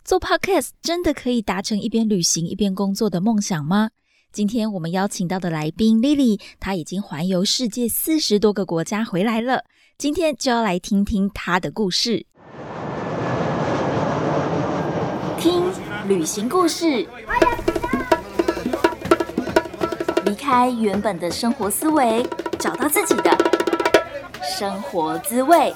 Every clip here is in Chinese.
做 Podcast 真的可以达成一边旅行一边工作的梦想吗？今天我们邀请到的来宾 Lily， 她已经环游世界40多个国家回来了，今天就要来听听她的故事。听旅行故事，离开原本的生活思维，找到自己的生活滋味。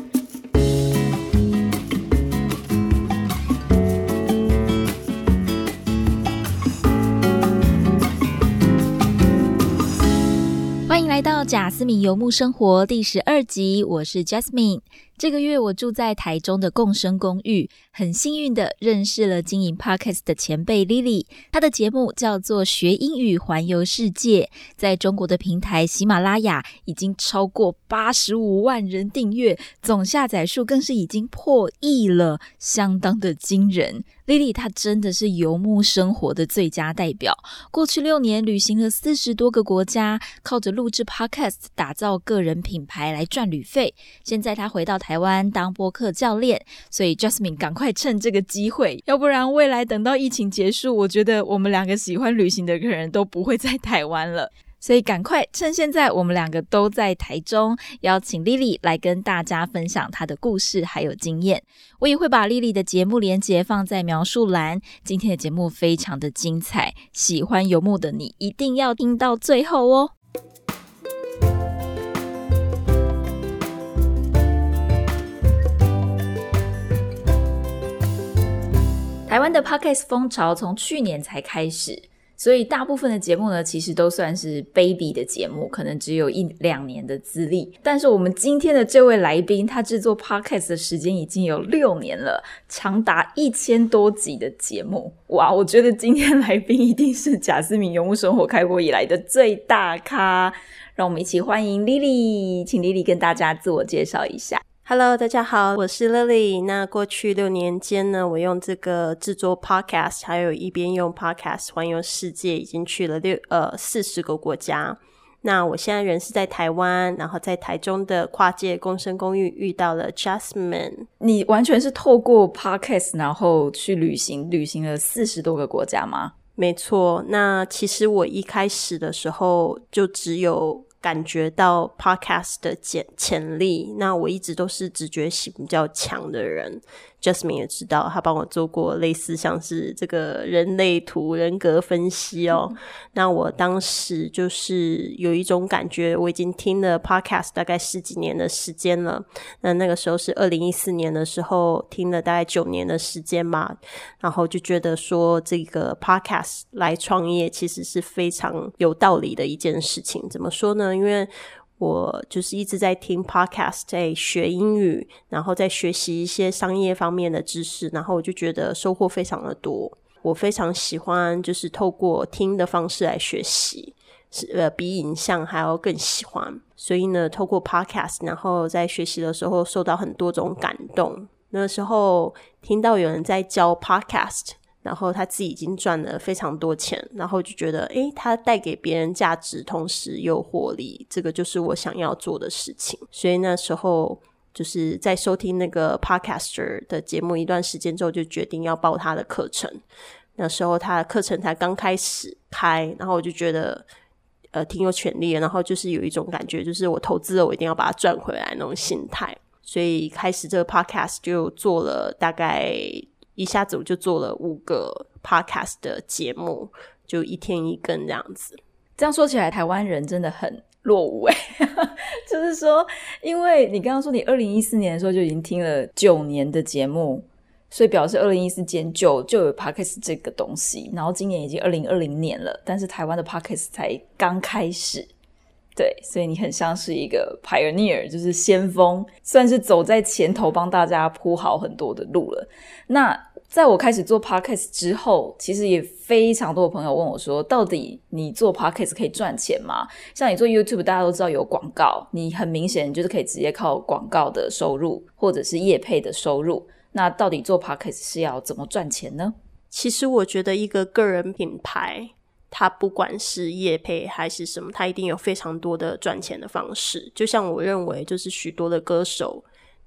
欢迎来到贾斯敏游牧生活第12集，我是 Jasmine。这个月我住在台中的共生公寓，很幸运的认识了经营 Podcast 的前辈 Lily， 她的节目叫做学英语环游世界，在中国的平台喜马拉雅已经超过85万人订阅，总下载数更是已经破亿了，相当的惊人。Lily 她真的是游牧生活的最佳代表，过去6年旅行了40多个国家，靠着录制 Podcast 打造个人品牌来赚旅费。现在她回到台湾当播客教练，所以 Jasmine 赶快趁这个机会，要不然未来等到疫情结束，我觉得我们2个喜欢旅行的人都不会在台湾了。所以赶快趁现在我们2个都在台中，邀请 Lily 来跟大家分享她的故事还有经验。我也会把 Lily 的节目连结放在描述栏。今天的节目非常的精彩，喜欢游牧的你一定要听到最后哦。台湾的 Podcast 风潮从去年才开始，所以大部分的节目呢，其实都算是 baby 的节目，可能只有1-2年的资历。但是我们今天的这位来宾，他制作 podcast 的时间已经有6年了，长达1000多集的节目。哇，我觉得今天来宾一定是贾斯敏游牧生活开播以来的最大咖。让我们一起欢迎 Lily， 请 Lily 跟大家自我介绍一下。 Hello， 大家好，我是 Lily。那过去6年间呢，我用这个制作 podcast， 还有一边用 podcast 环游世界，已经去了40个国家。那我现在人是在台湾，然后在台中的跨界共生公寓遇到了 Jasmine。 你完全是透过 podcast 然后去旅行了40多个国家吗？ 没错，那其实我一开始的时候就只有感觉到 podcast 的潜力，那我一直都是直觉性比较强的人。Jasmine 也知道，他帮我做过类似像是这个人类图人格分析哦。那我当时就是有一种感觉，我已经听了 podcast 大概10几年的时间了。那个时候是2014年的时候，听了大概9年的时间吧。然后就觉得说这个 podcast 来创业其实是非常有道理的一件事情。怎么说呢？因为我就是一直在听 podcast， 在学英语，然后在学习一些商业方面的知识，然后我就觉得收获非常的多。我非常喜欢就是透过听的方式来学习，比影像还要更喜欢。所以呢，透过 podcast， 然后在学习的时候受到很多种感动。那时候听到有人在教 podcast，然后他自己已经赚了非常多钱，然后就觉得他带给别人价值同时又获利，这个就是我想要做的事情。所以那时候就是在收听那个 podcaster 的节目一段时间之后，就决定要报他的课程。那时候他的课程才刚开始开，然后我就觉得挺有潜力的，然后就是有一种感觉，就是我投资了我一定要把它赚回来那种心态。所以开始这个 podcast 就做了大概一下子我就做了5个 podcast 的节目，就一天一更这样子。 这样说起来，台湾人真的很落伍就是说，因为你刚刚说你2014年的时候就已经听了9年的节目，所以表示2014年就有 podcast 这个东西，然后今年已经2020年了，但是台湾的 podcast 才刚开始。对，所以你很像是一个 pioneer， 就是先锋，算是走在前头帮大家铺好很多的路了。那在我开始做 podcast 之后，其实也非常多的朋友问我说，到底你做 podcast 可以赚钱吗？像你做 YouTube 大家都知道有广告，你很明显就是可以直接靠广告的收入或者是业配的收入，那到底做 podcast 是要怎么赚钱呢？ 其实我觉得一个个人品牌，它不管是业配还是什么，它一定有非常多的赚钱的方式。就像我认为就是许多的歌手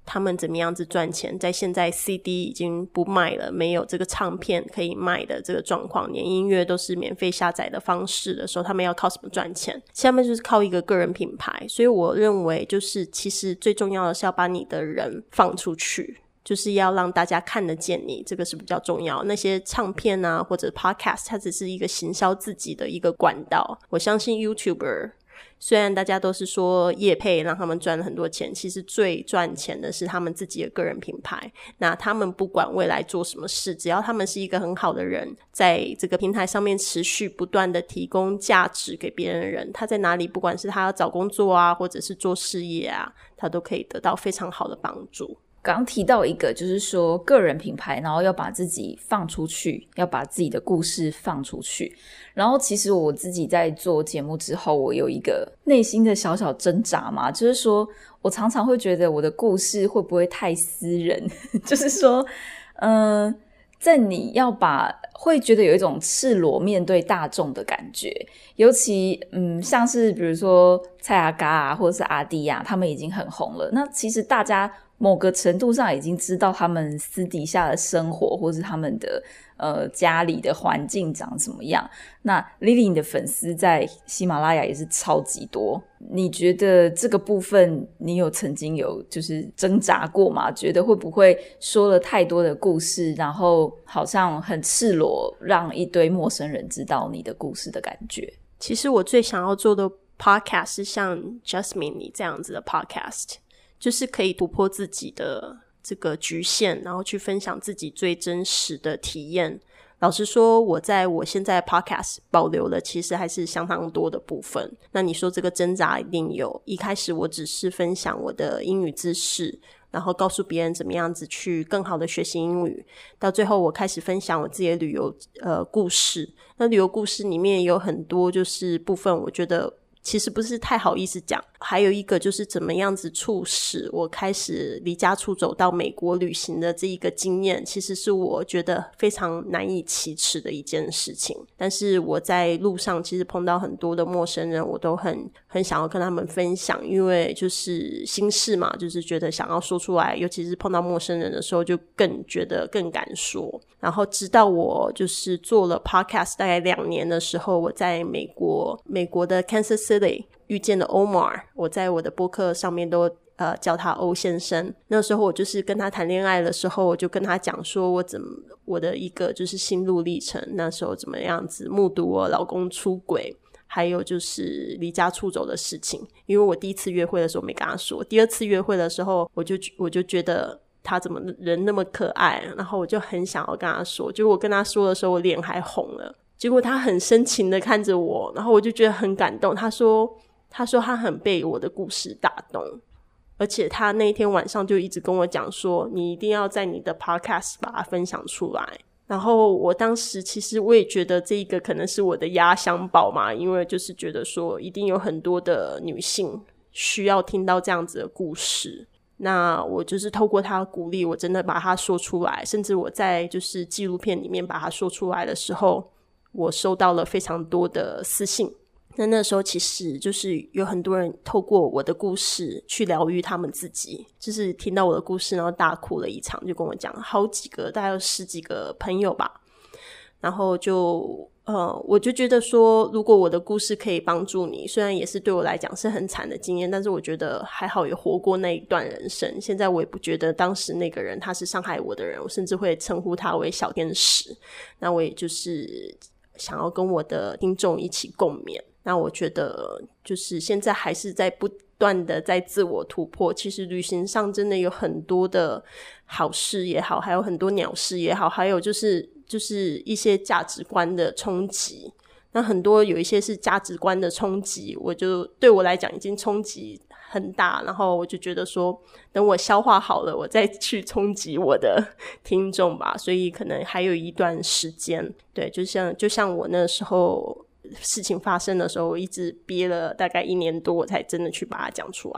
他们怎么样子赚钱，在现在 CD 已经不卖了，没有这个唱片可以卖的这个状况，连音乐都是免费下载的方式的时候，他们要靠什么赚钱？下面就是靠一个个人品牌。所以我认为就是其实最重要的是要把你的人放出去，就是要让大家看得见你，这个是比较重要。那些唱片啊或者 podcast 它只是一个行销自己的一个管道。我相信 YouTuber虽然大家都是说业配让他们赚了很多钱，其实最赚钱的是他们自己的个人品牌。那他们不管未来做什么事，只要他们是一个很好的人，在这个平台上面持续不断的提供价值给别人的人，他在哪里不管是他要找工作啊或者是做事业啊，他都可以得到非常好的帮助。 刚提到一个就是说个人品牌，然后要把自己放出去，要把自己的故事放出去。然后其实我自己在做节目之后，我有一个内心的小小挣扎嘛，就是说我常常会觉得我的故事会不会太私人就是说在你要会觉得有一种赤裸面对大众的感觉。尤其像是比如说蔡阿嘎啊或者是阿弟啊，他们已经很红了，那其实大家某个程度上已经知道他们私底下的生活或是他们的家里的环境长什么样。那 Lily 你的粉丝在喜马拉雅也是超级多，你觉得这个部分你有曾经有就是挣扎过吗？觉得会不会说了太多的故事，然后好像很赤裸让一堆陌生人知道你的故事的感觉？ 其实我最想要做的 podcast 是像 Jasmine 你这样子的 podcast， 就是可以突破自己的这个局限，然后去分享自己最真实的体验。老实说，我现在 podcast 保留了其实还是相当多的部分。那你说这个挣扎一定有，一开始我只是分享我的英语知识，然后告诉别人怎么样子去更好的学习英语，到最后我开始分享我自己的旅游故事。那旅游故事里面有很多就是部分我觉得其实不是太好意思讲，还有一个就是怎么样子促使我开始离家出走到美国旅行的这一个经验，其实是我觉得非常难以启齿的一件事情。但是我在路上其实碰到很多的陌生人，我都很想要跟他们分享，因为就是心事嘛，就是觉得想要说出来，尤其是碰到陌生人的时候就更觉得更敢说。然后直到我就是做了 podcast 大概2年的时候，我在美国的 Kansas City 遇见了 Omar， 我在我的播客上面都叫他欧先生。那时候我就是跟他谈恋爱的时候，我就跟他讲说我的一个就是心路历程，那时候怎么样子目睹我老公出轨，还有就是离家出走的事情。因为我第一次约会的时候没跟他说，第二次约会的时候我就觉得他怎么人那么可爱，然后我就很想要跟他说，结果我跟他说的时候我脸还红了，结果他很深情的看着我，然后我就觉得很感动。他说他很被我的故事打动，而且他那天晚上就一直跟我讲说你一定要在你的 podcast 把它分享出来。然后我当时其实我也觉得这个可能是我的压箱宝嘛，因为就是觉得说一定有很多的女性需要听到这样子的故事。那我就是透过他的鼓励，我真的把它说出来，甚至我在就是纪录片里面把它说出来的时候，我收到了非常多的私信。那时候其实就是有很多人透过我的故事去疗愈他们自己，就是听到我的故事然后大哭了一场，就跟我讲好几个，大概有10几个朋友吧。然后我就觉得说如果我的故事可以帮助你，虽然也是对我来讲是很惨的经验，但是我觉得还好也活过那一段人生。现在我也不觉得当时那个人他是伤害我的人，我甚至会称呼他为小天使。那我也就是想要跟我的听众一起共勉。那我觉得就是现在还是在不断的在自我突破，其实旅行上真的有很多的好事也好，还有很多鸟事也好，还有就是一些价值观的冲击。那很多有一些是价值观的冲击，对我来讲已经冲击很大，然后我就觉得说等我消化好了我再去冲击我的听众吧，所以可能还有一段时间。对，就像我那时候事情发生的时候，我一直憋了大概1年多我才真的去把它讲出来。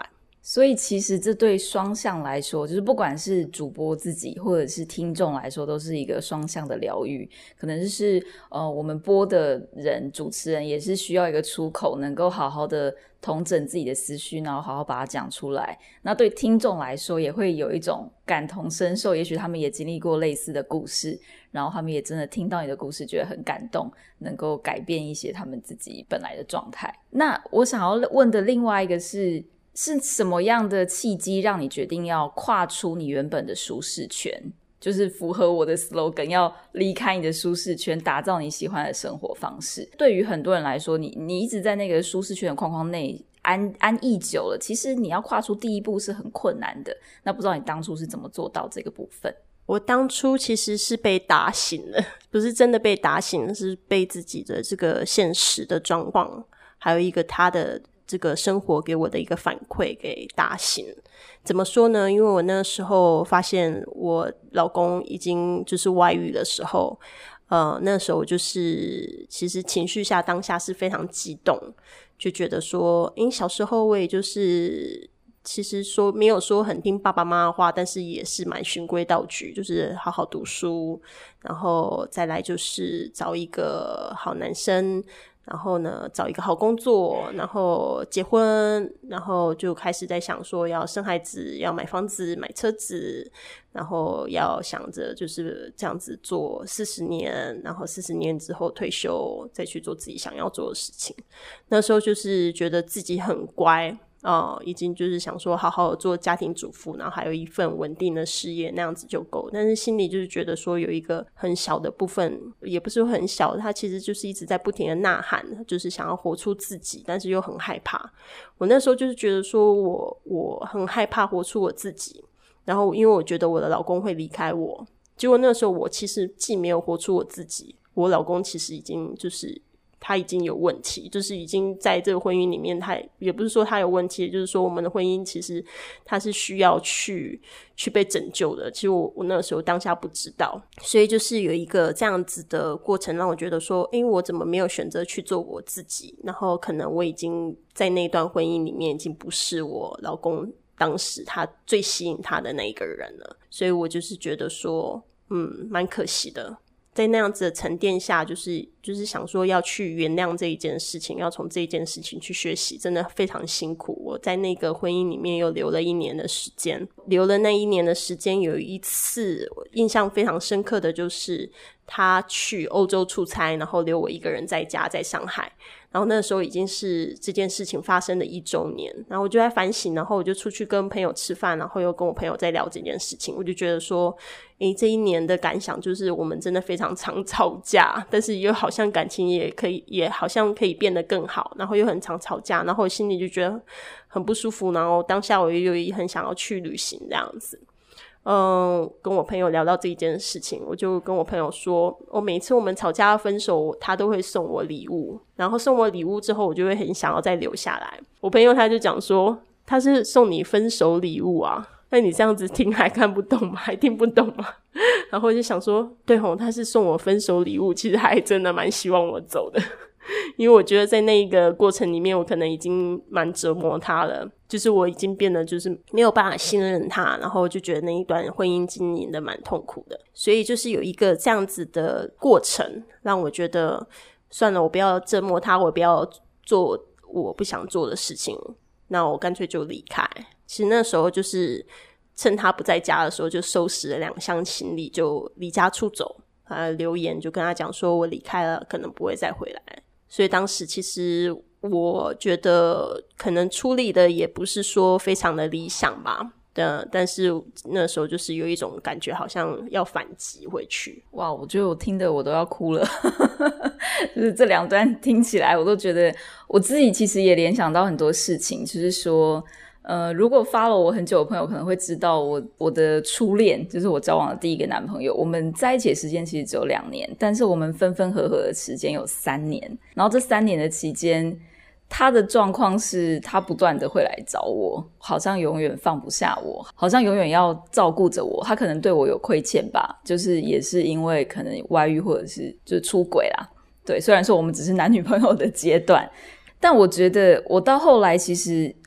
所以其实这对双向来说，就是不管是主播自己或者是听众来说，都是一个双向的疗愈。可能就是我们播的人，主持人也是需要一个出口，能够好好的统整自己的思绪，然后好好把它讲出来。那对听众来说也会有一种感同身受，也许他们也经历过类似的故事，然后他们也真的听到你的故事觉得很感动，能够改变一些他们自己本来的状态。那我想要问的另外一个是什么样的契机让你决定要跨出你原本的舒适圈，就是符合我的 slogan， 要离开你的舒适圈，打造你喜欢的生活方式。对于很多人来说，你一直在那个舒适圈的框框内安逸久了，其实你要跨出第一步是很困难的。那不知道你当初是怎么做到这个部分？ 我当初其实是被打醒了，不是真的被打醒了，是被自己的这个现实的状况，还有一个他的这个生活给我的一个反馈给打醒。怎么说呢？因为我那时候发现我老公已经就是外遇的时候，那时候我就是其实情绪下当下是非常激动，就觉得说小时候我也就是其实说没有说很听爸爸妈妈的话，但是也是蛮循规蹈矩，就是好好读书，然后再来就是找一个好男生，然后呢找一个好工作，然后结婚，然后就开始在想说要生孩子，要买房子买车子，然后要想着就是这样子做40年，然后40年之后退休，再去做自己想要做的事情。那时候就是觉得自己很乖，已经就是想说好好的做家庭主妇，然后还有一份稳定的事业，那样子就够。但是心里就是觉得说有一个很小的部分，也不是说很小，它其实就是一直在不停的呐喊，就是想要活出自己，但是又很害怕。我那时候就是觉得说我很害怕活出我自己，然后因为我觉得我的老公会离开我，结果那时候我其实既没有活出我自己，我老公其实已经就是他已经有问题，就是已经在这个婚姻里面，他也不是说他有问题，就是说我们的婚姻其实他是需要去被拯救的。其实我那个时候当下不知道，所以就是有一个这样子的过程让我觉得说我怎么没有选择去做我自己，然后可能我已经在那段婚姻里面已经不是我老公当时他最吸引他的那一个人了。所以我就是觉得说蛮可惜的。在那样子的沉淀下，就是想说要去原谅这一件事情，要从这一件事情去学习，真的非常辛苦。我在那个婚姻里面又留了1年的时间，留了那1年的时间，有一次印象非常深刻的就是他去欧洲出差，然后留我一个人在家，在上海。然后那时候已经是这件事情发生的1周年，然后我就在反省，然后我就出去跟朋友吃饭，然后又跟我朋友在聊这件事情。我就觉得说这1年的感想就是我们真的非常常吵架，但是又好像感情也好像可以变得更好，然后又很常吵架，然后我心里就觉得很不舒服，然后当下我又很想要去旅行这样子。跟我朋友聊到这一件事情，我就跟我朋友说每次我们吵架分手他都会送我礼物，然后送我礼物之后我就会很想要再留下来。我朋友他就讲说他是送你分手礼物啊，那你这样子听还看不懂吗？还听不懂吗？然后我就想说对吼，他是送我分手礼物，其实还真的蛮希望我走的因为我觉得在那一个过程里面我可能已经蛮折磨他了，就是我已经变得就是没有办法信任他，然后就觉得那一段婚姻经营的蛮痛苦的。所以就是有一个这样子的过程让我觉得算了，我不要折磨他，我不要做我不想做的事情，那我干脆就离开。其实那时候就是趁他不在家的时候就收拾了2箱行李就离家出走，留言就跟他讲说我离开了，可能不会再回来。所以当时其实我觉得可能处理的也不是说非常的理想吧，但是那时候就是有一种感觉好像要反击回去。 哇，我觉得我听的我都要哭了就是这2段听起来我都觉得我自己其实也联想到很多事情，就是说如果 follow 我很久的朋友可能会知道我的初恋就是我交往的第一个男朋友，我们在一起的时间其实只有2年，但是我们分分合合的时间有3年，然后这3年的期间他的状况是他不断的会来找我，好像永远放不下我，好像永远要照顾着我，他可能对我有亏欠吧，就是也是因为可能外遇或者是就是出轨啦，对，虽然说我们只是男女朋友的阶段，但我觉得我到后来其实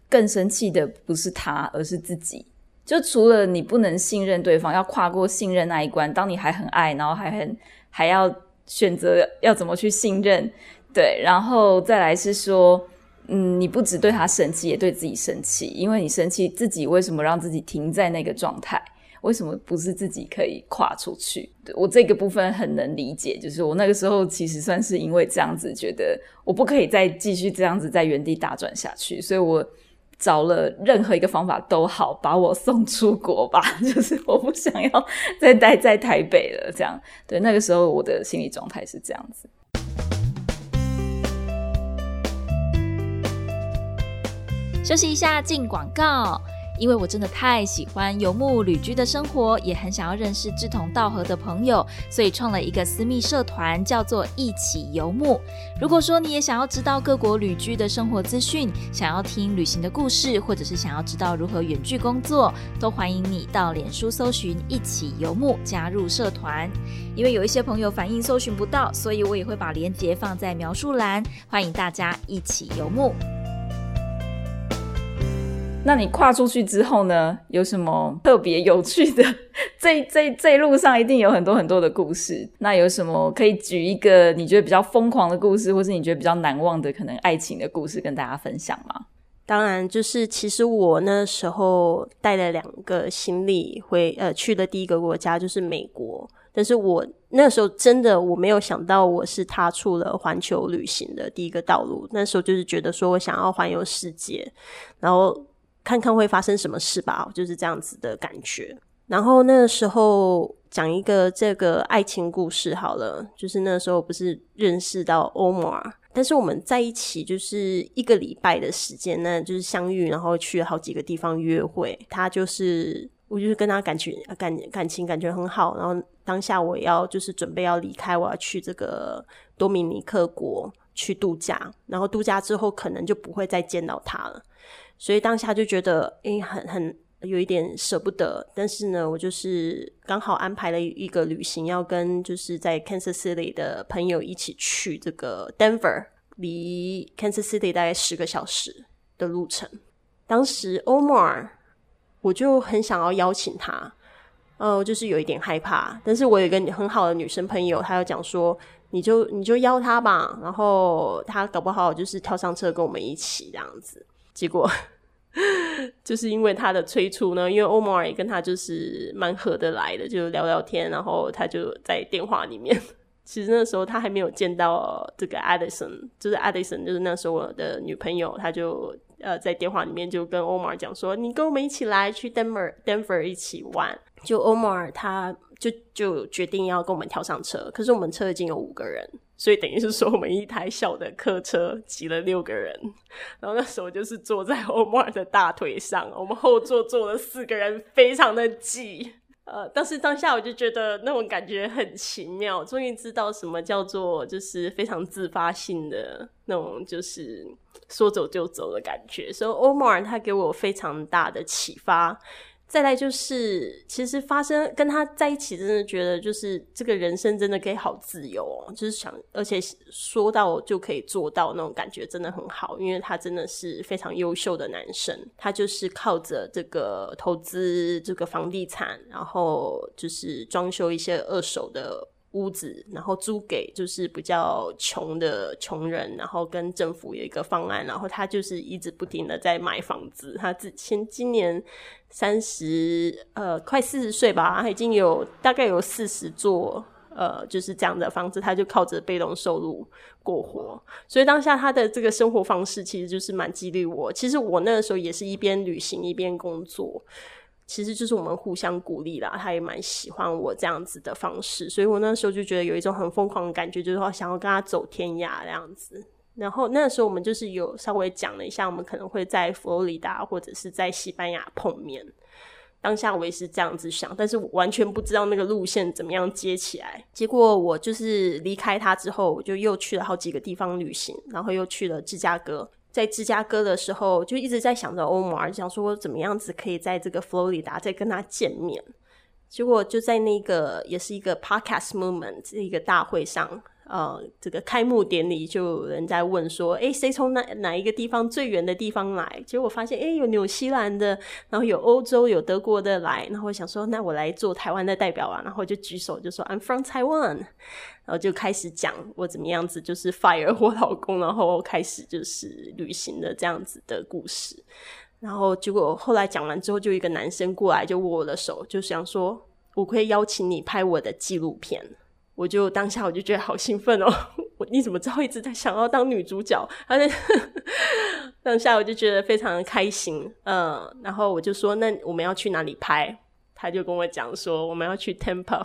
更生气的不是他，而是自己。就除了你不能信任对方，要跨过信任那一关，当你还很爱，然后还要选择要怎么去信任，对，然后再来是说你不只对他生气，也对自己生气，因为你生气自己为什么让自己停在那个状态，为什么不是自己可以跨出去。我这个部分很能理解，就是我那个时候其实算是因为这样子觉得我不可以再继续这样子在原地打转下去，所以我找了任何一个方法都好，把我送出国吧，就是我不想要再待在台北了，这样。对，那个时候我的心理状态是这样子。 休息一下，进广告。因为我真的太喜欢游牧旅居的生活，也很想要认识志同道合的朋友，所以创了一个私密社团，叫做一起游牧。如果说你也想要知道各国旅居的生活资讯，想要听旅行的故事，或者是想要知道如何远距工作，都欢迎你到脸书搜寻一起游牧，加入社团。因为有一些朋友反映搜寻不到，所以我也会把连结放在描述栏，欢迎大家一起游牧。 那你跨出去之后呢，有什么特别有趣的？这一路上一定有很多很多的故事，那有什么可以举一个你觉得比较疯狂的故事，或是你觉得比较难忘的可能爱情的故事跟大家分享吗？ 当然，就是其实我那时候带了2个行李去的第一个国家就是美国，但是我那时候真的我没有想到我是踏出了环球旅行的第一个道路，那时候就是觉得说我想要环游世界，然后看看会发生什么事吧，就是这样子的感觉。然后那时候讲一个这个爱情故事好了，就是那时候不是认识到 Omar， 但是我们在一起就是1个礼拜的时间，那就是相遇，然后去了好几个地方约会。我就是跟他感情感觉很好，然后当下我要就是准备要离开，我要去这个多米尼克国去度假，然后度假之后可能就不会再见到他了，所以当下就觉得很有一点舍不得。但是呢，我就是刚好安排了一个旅行，要跟就是在 Kansas City 的朋友一起去这个 Denver， 离 Kansas City 大概10个小时的路程。当时 Omar 我就很想要邀请他，就是有一点害怕，但是我有一个很好的女生朋友，她有讲说你就邀他吧，然后他搞不好就是跳上车跟我们一起这样子。结果就是因为他的催促呢，因为 Omar 也跟他就是蛮合得来的，就聊聊天，然后他就在电话里面其实那时候他还没有见到这个 Addison， 就是 Addison 就是那时候我的女朋友，他就在电话里面就跟 Omar 讲说你跟我们一起来去 Denver 一起玩。就 Omar 他就决定要跟我们跳上车，可是我们车已经有5个人，所以等于是说我们一台小的客车挤了6个人，然后那时候就是坐在 Omar 的大腿上，我们后座坐了4个人，非常的挤。但是当下我就觉得那种感觉很奇妙，终于知道什么叫做就是非常自发性的那种就是说走就走的感觉，所以 Omar 他给我非常大的启发。再来就是其实跟他在一起真的觉得就是这个人生真的可以好自由哦，就是而且说到就可以做到那种感觉真的很好，因为他真的是非常优秀的男生，他就是靠着这个投资这个房地产，然后就是装修一些2手的屋子，然后租给就是比较穷的穷人，然后跟政府有一个方案，然后他就是一直不停的在买房子。他今年快40岁吧，他已经大概有40座就是这样的房子，他就靠着被动收入过活。所以当下他的这个生活方式其实就是蛮激励我。其实我那个时候也是一边旅行一边工作，其实就是我们互相鼓励啦，他也蛮喜欢我这样子的方式，所以我那时候就觉得有一种很疯狂的感觉，就是说想要跟他走天涯这样子。然后那时候我们就是有稍微讲了一下，我们可能会在佛罗里达或者是在西班牙碰面。当下我也是这样子想，但是我完全不知道那个路线怎么样接起来。结果我就是离开他之后，我就又去了好几个地方旅行，然后又去了芝加哥。在芝加哥的时候就一直在想着 Omar， 想说怎么样子可以在这个佛罗里达再跟他见面。 结果就在那个也是一个 podcast movement 这一个大会上，这个开幕典礼就有人在问说，谁从哪一个地方最远的地方来？结果发现有纽西兰的，然后有欧洲有德国的来，然后我想说那我来做台湾的代表啊，然后就举手就说 I'm from Taiwan， 然后就开始讲我怎么样子就是 fire 我老公，然后开始就是旅行的这样子的故事。然后结果后来讲完之后，就有一个男生过来就握我的手，就想说我可以邀请你拍我的纪录片。我就当下我就觉得好兴奋哦，你怎么知道一直在想要当女主角？当下我就觉得非常的开心，然后我就说那我们要去哪里拍？他就跟我讲说我们要去 Tampa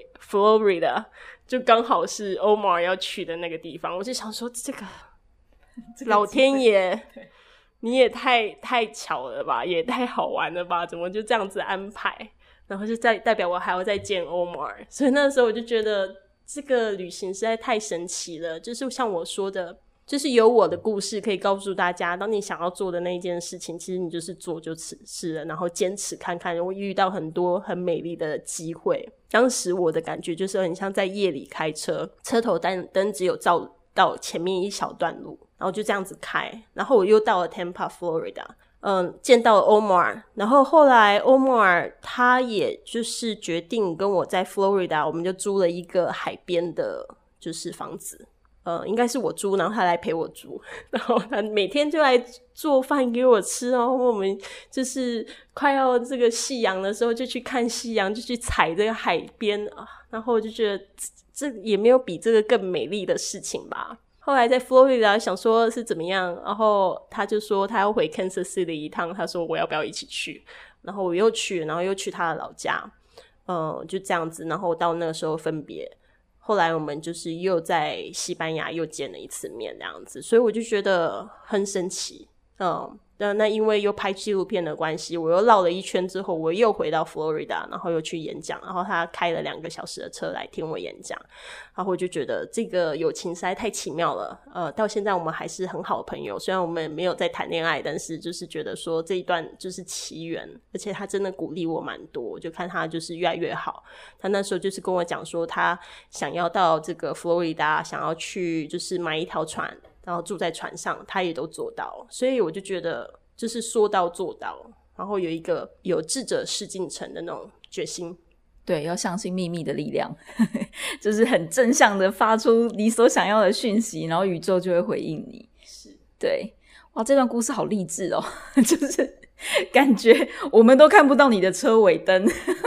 Florida， 就刚好是 Omar 要去的那个地方。我就想说这个老天爷你也太巧了吧，也太好玩了吧，怎么就这样子安排？然后就代表我还要再见 Omar， 所以那时候我就觉得这个旅行实在太神奇了。就是像我说的，就是有我的故事可以告诉大家，当你想要做的那一件事情，其实你就是做就是了，然后坚持看看，会遇到很多很美丽的机会。当时我的感觉就是很像在夜里开车，车头灯只有照到前面一小段路，然后就这样子开，然后我又到了 Tampa Florida，见到了 Omar， 然后后来 Omar 他也就是决定跟我在 Florida， 我们就租了一个海边的就是房子，应该是我租，然后他来陪我租，然后他每天就来做饭给我吃，然后我们就是快要这个夕阳的时候就去看夕阳，就去踩这个海边啊，然后我就觉得这也没有比这个更美丽的事情吧。后来在 Florida 想说是怎么样，然后他就说他要回 Kansas City 一趟，他说我要不要一起去，然后我又去，然后又去他的老家，就这样子，然后到那个时候分别，后来我们就是又在西班牙又见了一次面这样子，所以我就觉得很神奇。那因为又拍纪录片的关系，我又绕了一圈之后，我又回到 Florida， 然后又去演讲，然后他开了2个小时的车来听我演讲，然后我就觉得这个友情实在太奇妙了。到现在我们还是很好的朋友，虽然我们没有在谈恋爱，但是就是觉得说这一段就是奇缘，而且他真的鼓励我蛮多，我就看他就是越来越好。他那时候就是跟我讲说他想要到这个 Florida， 想要去就是买一条船，然后住在船上，他也都做到，所以我就觉得就是说到做到，然后有一个有志者事竟成的那种决心。 对，要相信秘密的力量就是很正向的发出你所想要的讯息，然后宇宙就会回应你。 是，对， 哇，这段故事好励志哦就是感觉我们都看不到你的车尾灯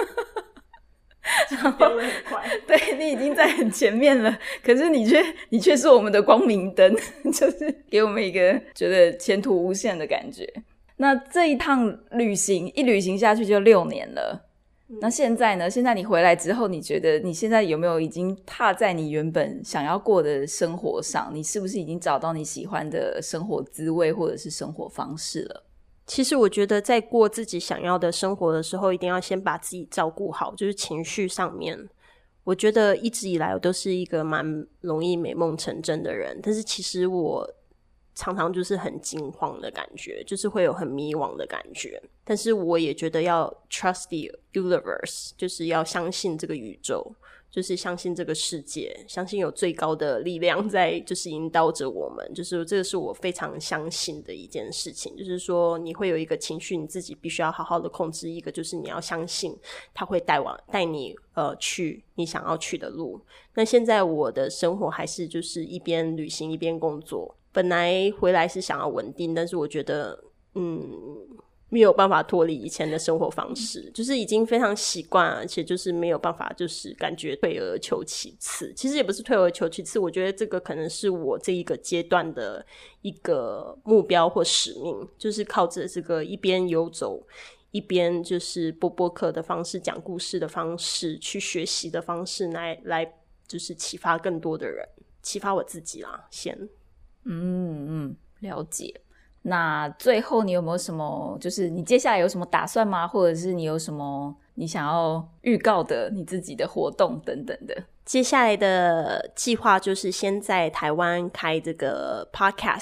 然后对，你已经在很前面了，可是你却是我们的光明灯就是给我们一个觉得前途无限的感觉。那这一趟旅行一旅行下去就6年了，那现在呢？现在你回来之后，你觉得你现在有没有已经踏在你原本想要过的生活上？你是不是已经找到你喜欢的生活滋味或者是生活方式了？ 其实我觉得在过自己想要的生活的时候，一定要先把自己照顾好，就是情绪上面。我觉得一直以来我都是一个蛮容易美梦成真的人，但是其实我常常就是很惊慌的感觉，就是会有很迷惘的感觉。但是我也觉得要 trust the universe， 就是要相信这个宇宙，就是相信这个世界，相信有最高的力量在就是引导着我们，就是这个是我非常相信的一件事情。就是说你会有一个情绪，你自己必须要好好的控制，一个就是你要相信它会带你去你想要去的路。那现在我的生活还是就是一边旅行一边工作，本来回来是想要稳定，但是我觉得没有办法脱离以前的生活方式，就是已经非常习惯，而且就是没有办法就是感觉退而求其次。其实也不是退而求其次，我觉得这个可能是我这一个阶段的一个目标或使命，就是靠着这个一边游走一边就是播客的方式，讲故事的方式，去学习的方式来就是启发更多的人，启发我自己啦先。 了解。那最后你有没有什么就是你接下来有什么打算吗？或者是你有什么你想要预告的你自己的活动等等的？ 接下来的计划就是先在台湾开这个 podcast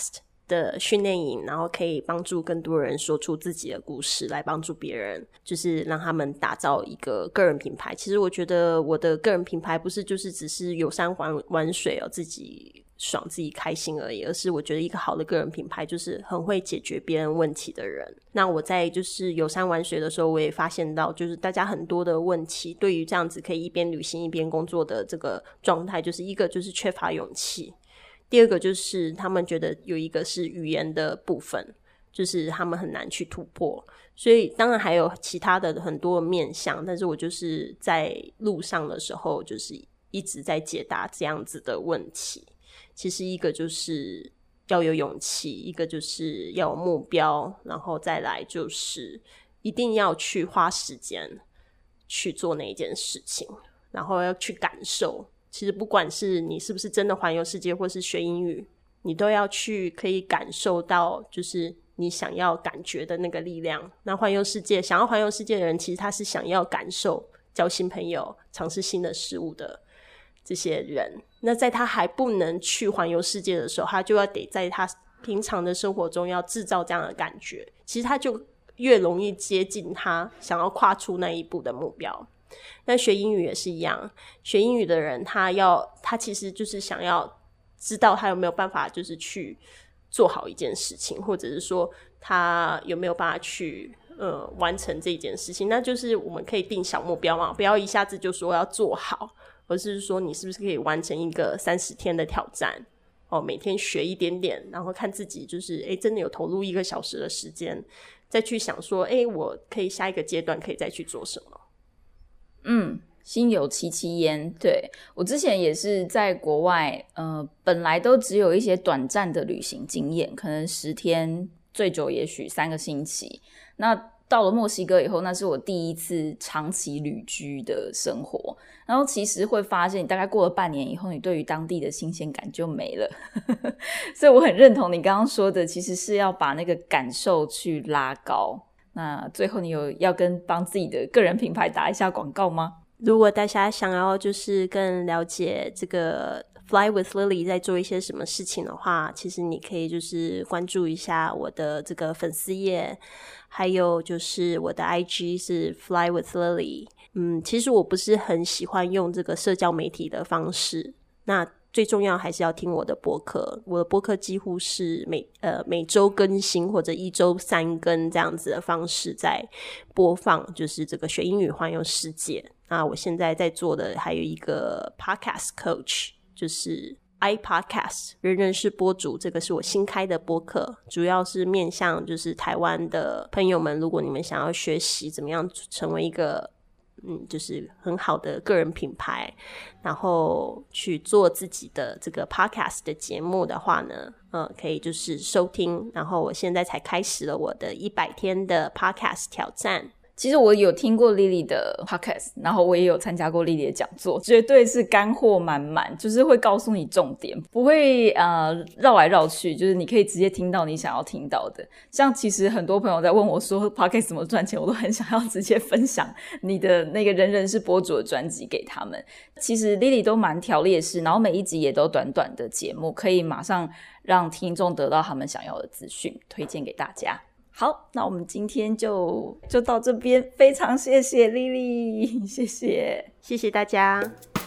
的训练营，然后可以帮助更多人说出自己的故事，来帮助别人，就是让他们打造一个个人品牌。其实我觉得我的个人品牌不是就是只是游山玩水自己爽自己开心而已，而是我觉得一个好的个人品牌就是很会解决别人问题的人。那我在就是游山玩水的时候，我也发现到就是大家很多的问题，对于这样子可以一边旅行一边工作的这个状态，就是一个就是缺乏勇气，第二个就是他们觉得有一个是语言的部分，就是他们很难去突破。所以当然还有其他的很多面向，但是我就是在路上的时候就是一直在解答这样子的问题。其实一个就是要有勇气，一个就是要有目标，然后再来就是一定要去花时间去做那一件事情，然后要去感受。其实不管是你是不是真的环游世界或是学英语，你都要去可以感受到就是你想要感觉的那个力量。那环游世界，想要环游世界的人，其实他是想要感受交新朋友尝试新的事物的这些人。那在他还不能去环游世界的时候，他就要得在他平常的生活中要制造这样的感觉，其实他就越容易接近他想要跨出那一步的目标。那学英语也是一样，学英语的人他其实就是想要知道他有没有办法就是去做好一件事情，或者是说他有没有办法去完成这件事情。那就是我们可以定小目标嘛，不要一下子就说要做好，而是说你是不是可以完成一个30天的挑战每天学一点点，然后看自己就是真的有投入1个小时的时间，再去想说我可以下一个阶段可以再去做什么。 心有戚戚焉。对，我之前也是在国外本来都只有一些短暂的旅行经验，可能10天，最久也许3个星期。那到了墨西哥以后，那是我第一次长期旅居的生活，然后其实会发现大概过了半年以后，你对于当地的新鲜感就没了所以我很认同你刚刚说的，其实是要把那个感受去拉高。那最后你有要帮自己的个人品牌打一下广告吗？ 如果大家想要就是更了解这个 Fly with Lily 在做一些什么事情的话，其实你可以就是关注一下我的这个粉丝页，还有就是我的 IG 是 Fly with Lily。其实我不是很喜欢用这个社交媒体的方式，那最重要还是要听我的播客。我的播客几乎是每周更新或者1周3更这样子的方式在播放，就是这个学英语环游世界。那我现在在做的还有一个 Podcast Coach， 就是 iPodcast 人人是播主，这个是我新开的播客，主要是面向就是台湾的朋友们，如果你们想要学习怎么样成为一个就是很好的个人品牌，然后去做自己的这个 podcast 的节目的话呢，可以就是收听。然后我现在才开始了我的100天的 podcast 挑战。 其实我有听过 Lily 的 podcast， 然后我也有参加过 Lily 的讲座，绝对是干货满满，就是会告诉你重点，不会绕来绕去，就是你可以直接听到你想要听到的。像其实很多朋友在问我说 podcast 怎么赚钱，我都很想要直接分享你的那个人人是播主的专辑给他们。其实 Lily 都蛮条列式，然后每一集也都短短的节目，可以马上让听众得到他们想要的资讯，推荐给大家。好，那我们今天就到这边，非常谢谢 Lily， 谢谢大家。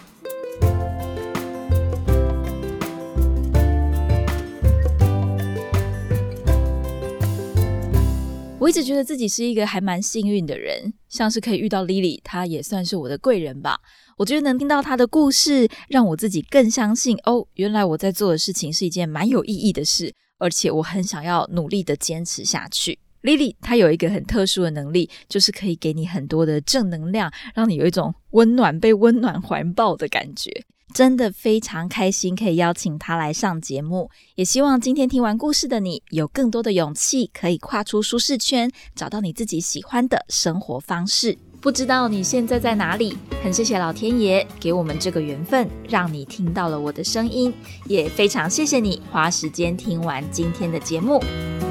我一直觉得自己是一个还蛮幸运的人，像是可以遇到 Lily， 她也算是我的贵人吧。我觉得能听到她的故事，让我自己更相信原来我在做的事情是一件蛮有意义的事，而且我很想要努力的坚持下去。Lily 她有一个很特殊的能力，就是可以给你很多的正能量，让你有一种被温暖环抱的感觉。真的非常开心可以邀请她来上节目，也希望今天听完故事的你有更多的勇气，可以跨出舒适圈，找到你自己喜欢的生活方式。不知道你现在在哪里？很谢谢老天爷给我们这个缘分，让你听到了我的声音，也非常谢谢你花时间听完今天的节目。